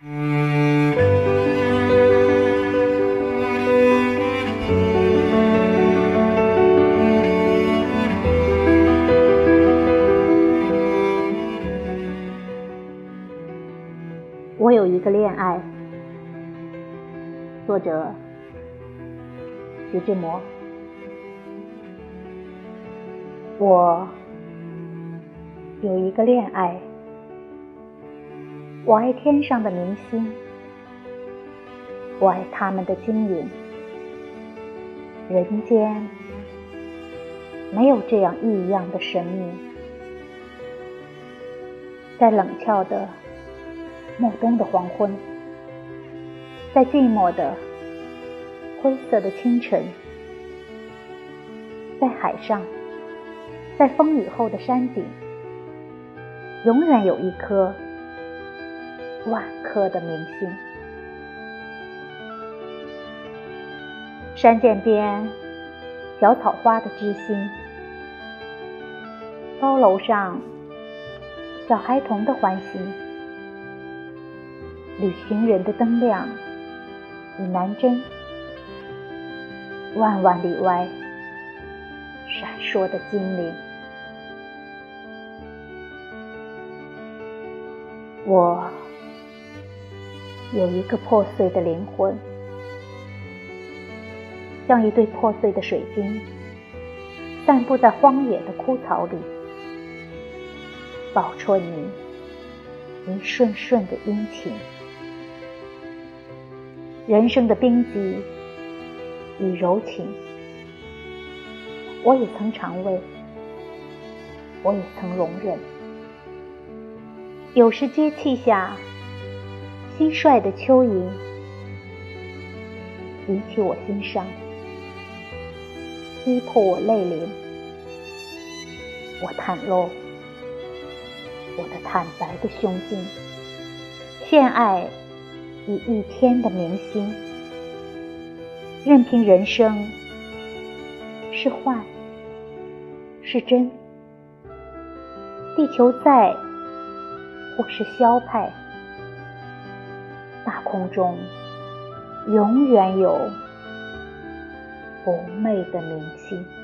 我有一个恋爱，作者徐志摩。我有一个恋爱，我爱天上的明星，我爱他们的晶莹。人间没有这样异样的神秘，在冷峭的暮冬的黄昏，在寂寞的灰色的清晨，在海上，在风雨后的山顶，永远有一颗万颗的明星。山涧边小草花的知心，高楼上小孩童的欢喜，旅行人的灯亮与南针，万万里外闪烁的精灵。我有一个破碎的灵魂，像一对破碎的水晶，散布在荒野的枯草里，报春你一瞬瞬的殷勤。人生的冰瘠与柔情，我也曾尝味，我也曾容忍。有时阶气下蟋蟀的蚯蚓激起我心伤，击破我泪淋，我袒露我的坦白的胸襟，献爱以一天的明星，任凭人生是幻是真，地球在或是消派，大空中永远有不昧的明星。